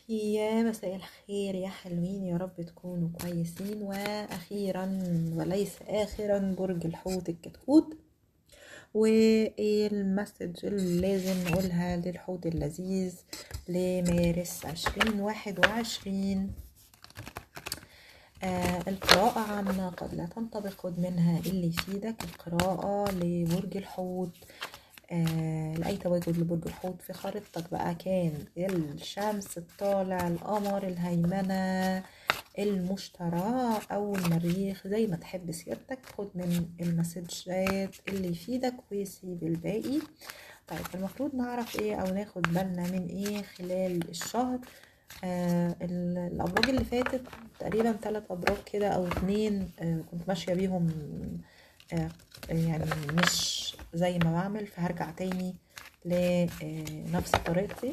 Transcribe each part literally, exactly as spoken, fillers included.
يا مساء الخير يا حلوين، يا رب تكونوا كويسين. واخيرا وليس اخرا برج الحوت الكتكوت، وايه المسج اللي لازم نقولها للحوت اللذيذ لمارس عشرين واحد وعشرين؟ آه القراءة عامة قد لا تنطبق، خد منها اللي يفيدك. القراءة لبرج الحوت، آه لأي تواجد لبرج الحوت في خريطتك بقى، كان الشمس، الطالع، القمر، الهيمنة، المشتري أو المريخ، زي ما تحب سيادتك. خد من المسجات اللي يفيدك وسيب الباقي. طيب المفروض نعرف ايه او ناخد بالنا من ايه خلال الشهر؟ آه الابراج اللي فاتت تقريبا ثلاث ابراج كده او اتنين، آه كنت ماشيه بيهم، آه يعني مش زي ما بعمل، فهرجع تاني لنفس طريقتي.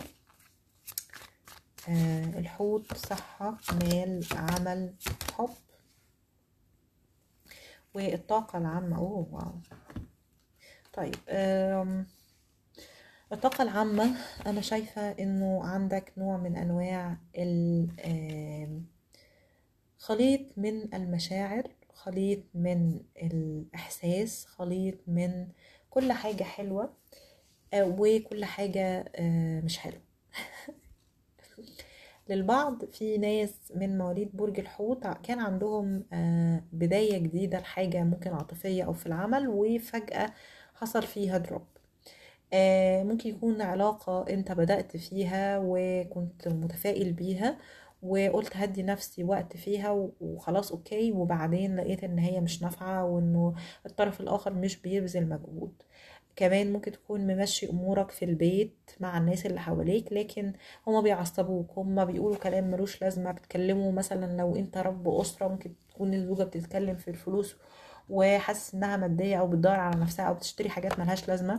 آه الحوت، صحة، مال، عمل، حب، والطاقة العامة. اوه واو. طيب آه الطاقة العامة، أنا شايفة إنه عندك نوع من أنواع خليط من المشاعر، خليط من الإحساس، خليط من كل حاجة حلوة وكل حاجة مش حلوة. للبعض، في ناس من مواليد برج الحوت كان عندهم بداية جديدة لحاجة ممكن عاطفية أو في العمل، وفجأة حصل فيها دروب. ممكن يكون علاقة انت بدأت فيها وكنت متفائل بيها وقلت هدي نفسي وقت فيها وخلاص اوكي، وبعدين لقيت ان هي مش نافعة وانه الطرف الاخر مش بيبذل مجهود. كمان ممكن تكون ممشي امورك في البيت مع الناس اللي حواليك، لكن هما بيعصبوك، هما بيقولوا كلام ملوش لازمة. بتكلموا مثلا لو انت رب اسرة، ممكن تكون الزوجة بتتكلم في الفلوس وحاسس انها مادية او بتدور على نفسها او بتشتري حاجات ملهاش لازمة،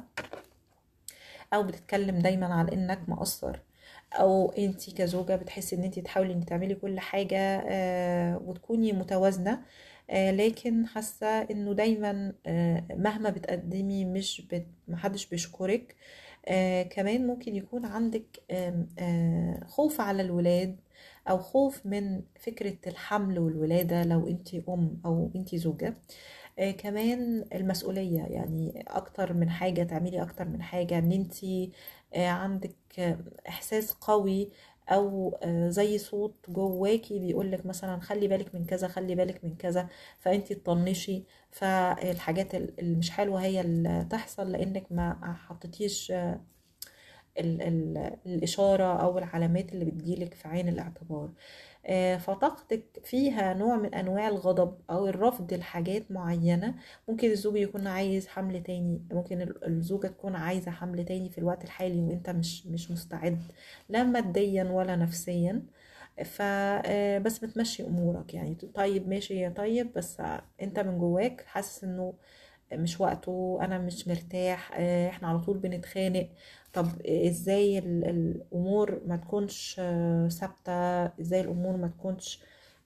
او بتتكلم دايما على انك مقصر، او انتي كزوجة بتحسي ان انتي تحاولي انك تعملي كل حاجة آه وتكوني متوازنة، آه لكن حاسة انه دايما آه مهما بتقدمي مش بت... محدش بيشكرك. آه كمان ممكن يكون عندك آه آه خوف على الولاد، او خوف من فكرة الحمل والولادة لو انتي ام او انتي زوجة. آه كمان المسؤولية، يعني اكتر من حاجة، تعملي اكتر من حاجة، ان انتي آه عندك آه احساس قوي، او آه زي صوت جواكي بيقولك مثلا خلي بالك من كذا، خلي بالك من كذا، فانتي تطنشي، فالحاجات اللي مش حلوة هي اللي تحصل لانك ما حطيتيش آه ال ال الإشارة أو العلامات اللي بتجيلك في عين الاعتبار. فطاقتك فيها نوع من أنواع الغضب أو الرفض لحاجات معينة. ممكن الزوج يكون عايز حمل تاني، ممكن الزوجة تكون عايزة حمل تاني في الوقت الحالي وانت مش مش مستعد، لا ماديا ولا نفسيا. ف بس بتمشي امورك، يعني طيب ماشي طيب، بس انت من جواك حاسس انه مش وقته، انا مش مرتاح، احنا على طول بنتخانق. طب ازاي الامور ما تكونش ثابته؟ ازاي الامور ما تكونش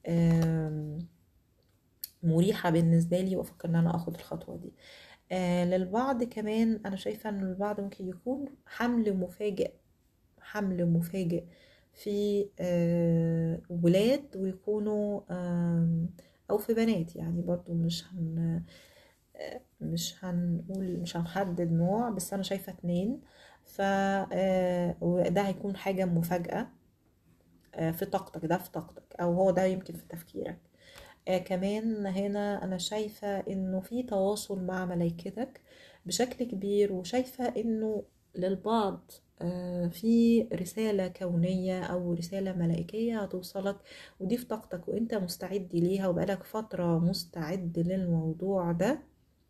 مريحه بالنسبه لي وافكر ان انا اخد الخطوه دي؟ آه للبعض كمان انا شايفه ان البعض ممكن يكون حمل مفاجئ، حمل مفاجئ في آه ولاد، ويكونوا آه او في بنات، يعني برضو مش هن مش هنقول مش هنحدد نوع، بس انا شايفة اتنين. ف وده هيكون حاجة مفاجأة في طاقتك، ده في طاقتك، او هو ده يمكن في تفكيرك. كمان هنا انا شايفة انه في تواصل مع ملايكتك بشكل كبير، وشايفة انه للبعض في رسالة كونية أو رسالة ملائكية هتوصلك، ودي في طاقتك وانت مستعد ليها وبقالك فترة مستعد للموضوع ده.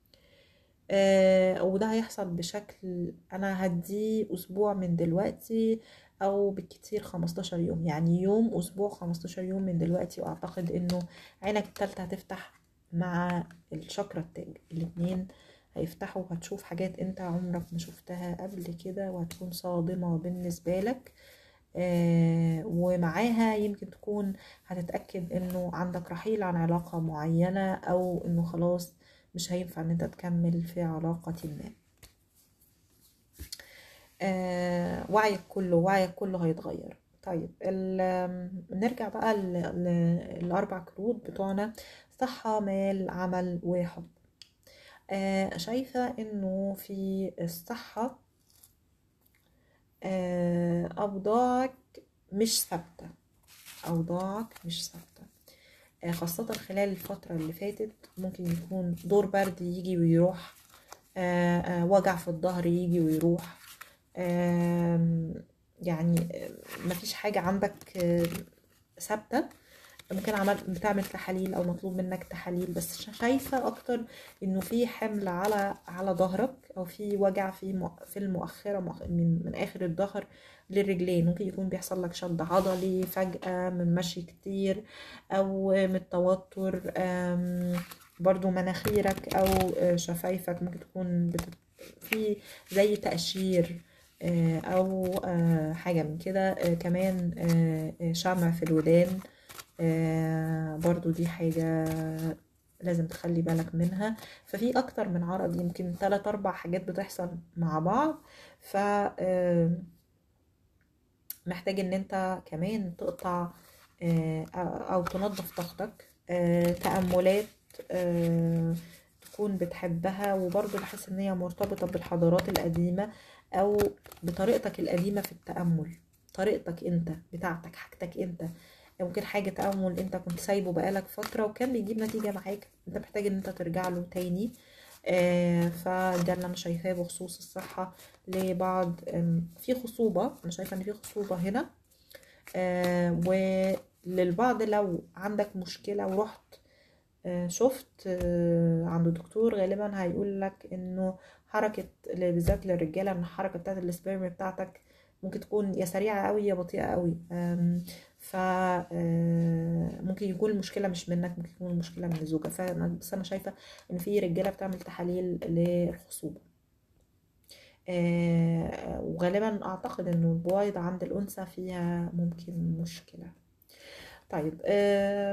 آه وده هيحصل بشكل، انا هديه اسبوع من دلوقتي او بالكتير خمستاشر يوم، يعني يوم اسبوع خمستاشر يوم من دلوقتي، واعتقد انه عينك التالتة هتفتح مع الشاكرا التاج، الاتنين هيفتحوا وهتشوف حاجات انت عمرك ما شفتها قبل كده، وهتكون صادمة بالنسبة لك. آه ومعاها يمكن تكون هتتأكد انه عندك رحيل عن علاقة معينة، او انه خلاص مش هينفع ان انت تكمل في علاقة ما. آه وعيك كله وعيك كله هيتغير. طيب ال- نرجع بقى ل- ل- الأربع كروت بتوعنا: صحة، مال، عمل، وحب. آه شايفة إنه في الصحة آه أوضاعك مش ثابتة، أوضاعك مش ثابتة، آه خاصة خلال الفترة اللي فاتت. ممكن يكون دور برد يجي ويروح، آه آه وجع في الظهر يجي ويروح، آم، يعني آه، مفيش حاجة عندك آه، ثابتة. ممكن عمل بتعمل تحاليل او مطلوب منك تحاليل، بس شا- شايفة اكتر انه في حمل على على ظهرك، او في وجع في مؤ- في المؤخرة، مؤخ- من من اخر الظهر للرجلين. ممكن يكون بيحصل لك شد عضلي فجأة من مشي كتير، او من التوتر. آم، برضو مناخيرك او آه، شفايفك ممكن تكون بت- في زي تقشير، آه، او آه، حاجة من كده. آه، كمان آه، آه، شمع في الودان. آه برضو دي حاجة لازم تخلي بالك منها. ففي اكتر من عرض، يمكن ثلاث اربع حاجات بتحصل مع بعض. ف آه، محتاج ان انت كمان تقطع آه، او تنظف طاقتك. آه، تأملات آه، تكون بتحبها، وبرضو بحس ان هي مرتبطة بالحضارات القديمة، او بطريقتك القديمة في التأمل. طريقتك انت، بتاعتك، حاجتك انت. ممكن حاجة تأمل انت كنت سايبه بقالك فترة وكان بيجيب نتيجة معاك، انت محتاج ان انت ترجع له تاني. آه، فده اللي انا شايفاه بخصوص الصحة لبعض. آم، في خصوبة، انا شايفة ان في خصوبة هنا. آه، وللبعض لو عندك مشكلة ورحت آه، شفت آه، عند دكتور، غالبا هيقول لك انه حركة، بالذات للرجالة، ان الحركة بتاعت السبيرم بتاعتك ممكن تكون يا سريعة قوي يا بطيئة قوي. آم، ف آه، ممكن يكون المشكلة مش منك، ممكن يكون المشكلة من الزوجة. فأنا بس أنا شايفة إن في رجالة بتعمل تحاليل للخصوبة. آه، وغالبا أعتقد إنه البويض عند الأنثى فيها ممكن مشكلة. طيب آه،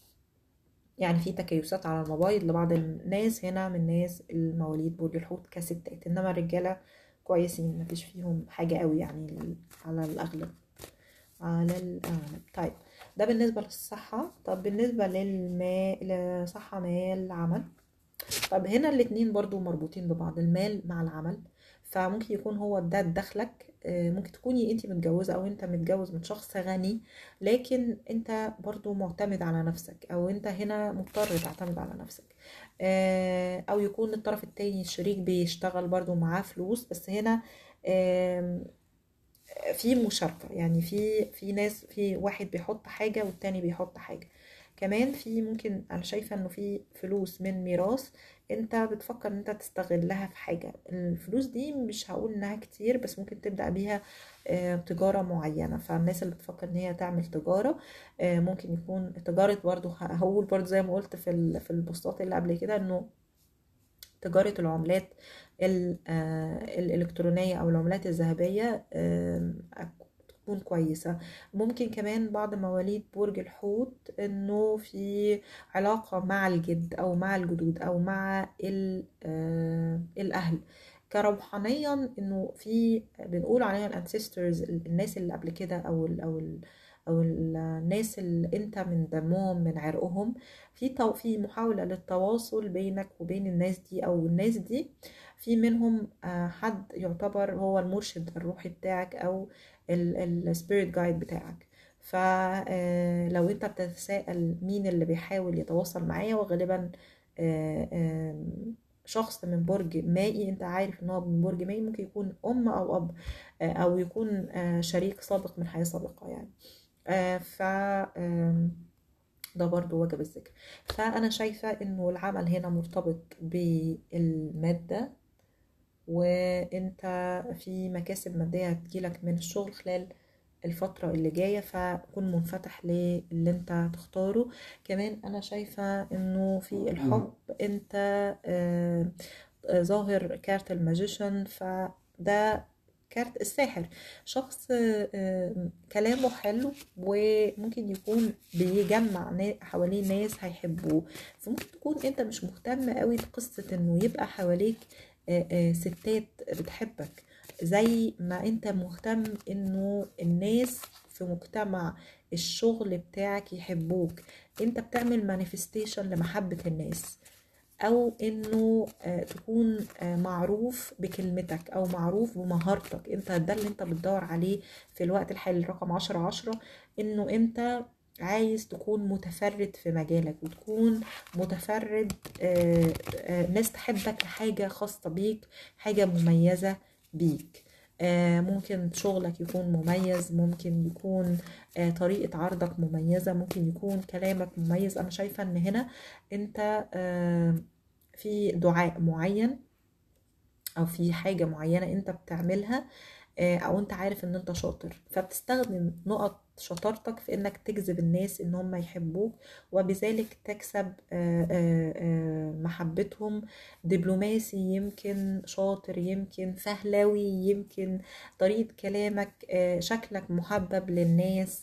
يعني في تكيسات على المبايض لبعض الناس هنا من ناس المواليد برج الحوت كستات، انما الرجاله كويسين مفيش فيهم حاجه قوي يعني، على الاغلب، على الاغلب. طيب ده بالنسبه للصحه. طب بالنسبه للمال، لصحه، مال، عمل. طب هنا الاتنين برضو مربوطين ببعض، المال مع العمل. فممكن يكون هو ده دخلك. آه، ممكن تكوني انت متجوزة او انت متجوز من شخص غني، لكن انت برضو معتمد على نفسك، او انت هنا مضطر تعتمد على نفسك. آه، او يكون الطرف التاني الشريك بيشتغل برضو معاه فلوس، بس هنا آم، في مشاركة، يعني في في ناس، في واحد بيحط حاجة والتاني بيحط حاجة. كمان في ممكن، انا شايفة انه في فلوس من ميراث انت بتفكر ان انت تستغلها في حاجة. الفلوس دي مش هقول انها كتير، بس ممكن تبدأ بيها آه، تجارة معينة. فالناس اللي بتفكر ان هي تعمل تجارة، آه، ممكن يكون تجارة برضو. هقول برضو زي ما قلت في ال- في البوستات اللي قبل كده، انه تجارة العملات ال- آه، الإلكترونية أو العملات الذهبية آم، تكون كويسة. ممكن كمان بعض مواليد برج الحوت إنه في علاقة مع الجد أو مع الجدود أو مع ال- آه، الأهل كروحانيا، إنه في بنقول عليها الانسيسترز، الناس اللي قبل كده، أو ال أو ال أو الناس اللي أنت من دمهم من عرقهم. في تو- في محاولة للتواصل بينك وبين الناس دي، أو الناس دي في منهم آه، حد يعتبر هو المرشد الروحي بتاعك، أو السبيريت جايد بتاعك. فلو انت بتتساءل مين اللي بيحاول يتواصل معايا، وغالبا آه، آم، شخص من برج مائي، انت عارف ان هو من برج مائي، ممكن يكون ام او اب، آه، او يكون آه، شريك سابق من حياة سابقة يعني. آه، ف آم، ده برضو واجب الذكر. فأنا شايفة إنه العمل هنا مرتبط بالمادة، وانت في مكاسب مادية هتجيلك من الشغل خلال الفترة اللي جاية، فكون منفتح للي انت تختاره. كمان انا شايفة انه في الحب انت آه، آه، ظاهر كارت الماجيشن، فده كارت الساحر. شخص آه، آه، كلامه حلو، وممكن يكون بيجمع نا- حواليه ناس هيحبوه. فممكن تكون انت مش مهتم قوي بقصة انه يبقى حواليك آه، آه، ستات بتحبك، زي ما انت مهتم انه الناس في مجتمع الشغل بتاعك يحبوك، انت بتعمل مانيفستيشن لمحبة الناس، او انه آه، تكون آه، معروف بكلمتك او معروف بمهارتك. انت ده اللي انت بتدور عليه في الوقت الحالي. رقم عشرة عشرة، انه انت عايز تكون متفرد في مجالك، وتكون متفرد، آه، آه، ناس تحبك لحاجة خاصة بيك، حاجة مميزة بيك. آه، ممكن شغلك يكون مميز، ممكن يكون آه، طريقة عرضك مميزة، ممكن يكون كلامك مميز. أنا شايفة إن هنا أنت آه، في دعاء معين، او في حاجة معينة انت بتعملها، آه، او انت عارف ان انت شاطر، فبتستخدم نقط شطارتك في انك تجذب الناس ان هم يحبوك، وبذلك تكسب آه، آه، آه، محبتهم. دبلوماسي يمكن، شاطر يمكن، فهلوي يمكن، طريقة كلامك، آه، شكلك محبب للناس.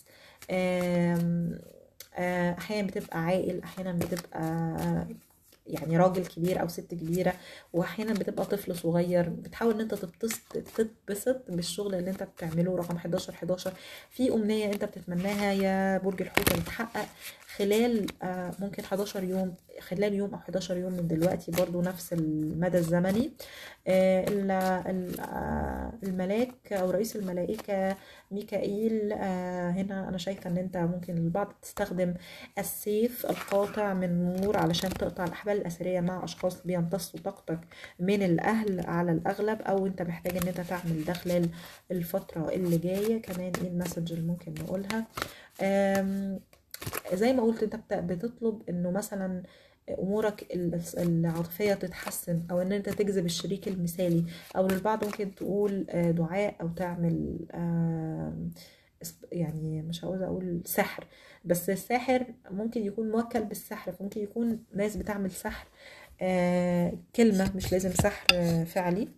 آم، آه، احيانا بتبقى عاقل، احيانا بتبقى يعني راجل كبير او ست كبيره، واحيانا بتبقى طفل صغير. بتحاول ان انت تتبسط تتبسط بالشغل اللي انت بتعمله. رقم حداشر حداشر، في امنيه انت بتتمناها يا برج الحوت تتحقق خلال آه، ممكن حداشر يوم، خلال يوم او حداشر يوم من دلوقتي، برضو نفس المدى الزمني. آه، ال- ال- آه، الملاك او رئيس الملائكه ميكائيل، آه، هنا انا شايفه ان انت ممكن البعض تستخدم السيف القاطع من نور علشان تقطع الأحبال الأثرية مع أشخاص بيمتصوا طاقتك من الأهل على الأغلب، أو أنت محتاج إن أنت تعمل ده خلال الفترة اللي جاية. كمان إيه المسج اللي ممكن نقولها؟ آم، زي ما قلت، أنت بت- بتطلب إنه مثلا امورك ال- العاطفيه تتحسن، او ان انت تجذب الشريك المثالي، او للبعض ممكن تقول آه، دعاء، او تعمل آم، اس- يعني مش عاوزه اقول سحر، بس الساحر ممكن يكون موكل بالسحر، فممكن يكون ناس بتعمل سحر آه، كلمه، مش لازم سحر آه، فعلي.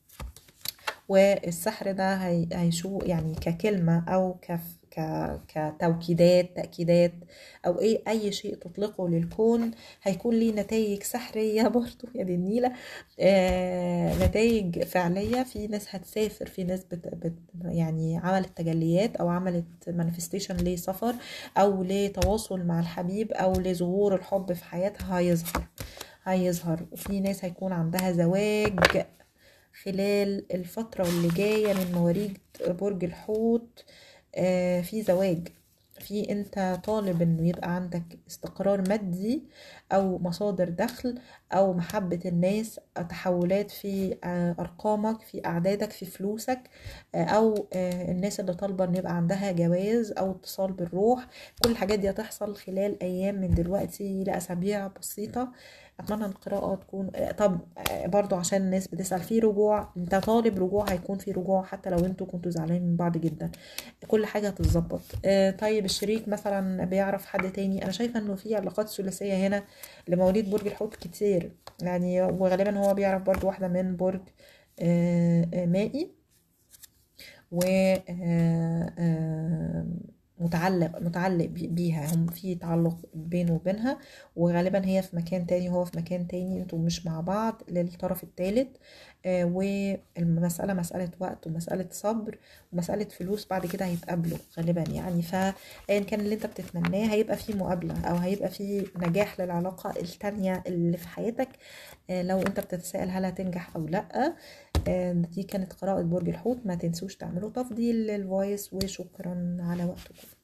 والسحر ده هي- هيشو يعني ككلمة أو كف ك كتوكيدات تأكيدات، أو إيه أي شيء تطلقه للكون هيكون ليه نتائج سحرية برضو يا دي النيلة. آه نتائج فعلية. في ناس هتسافر، في ناس بت بت يعني عملت تجليات أو عملت مانيفستيشن لسفر أو لتواصل مع الحبيب أو لظهور الحب في حياتها. هيظهر هيظهر وفي ناس هيكون عندها زواج خلال الفترة اللي جاية من مواليد برج الحوت. آه، في زواج، في انت طالب انه يبقى عندك استقرار مادي او مصادر دخل او محبة الناس، أو تحولات في آه، ارقامك، في اعدادك، في فلوسك، آه، او آه، الناس اللي طالبة ان يبقى عندها جواز او اتصال بالروح. كل الحاجات دي هتحصل خلال ايام من دلوقتي لاسابيع بسيطة. اتمنى ان القراءة تكون آه، طب آه، برضو عشان الناس بتسأل، في رجوع، انت طالب رجوع، هيكون في رجوع حتى لو انتوا كنتوا زعلانين من بعض جدا، كل حاجة هتتظبط. آه، طيب الشريك مثلا بيعرف حد تاني، انا شايفة انه في علاقات ثلاثية هنا لمواليد برج الحوت كتير يعني، وغالبا هو بيعرف برضو واحدة من برج آه، آه، مائي، و آه، آه، متعلق متعلق بي- بيها، هم في تعلق بينه وبينها، وغالبا هي في مكان تاني وهو في مكان تاني، انتوا مش مع بعض للطرف الثالث. والمسألة مسألة وقت ومسألة صبر ومسألة فلوس، بعد كده هيتقابلوا غالبا يعني. فأيا كان اللي انت بتتمناه هيبقى فيه مقابلة، او هيبقى فيه نجاح للعلاقة التانية اللي في حياتك. آه، لو انت بتتساءل هل هتنجح او لأ. آه، دي كانت قراءة برج الحوت. ما تنسوش تعملوا تفضيل للفويس، وشكرا على وقتكم.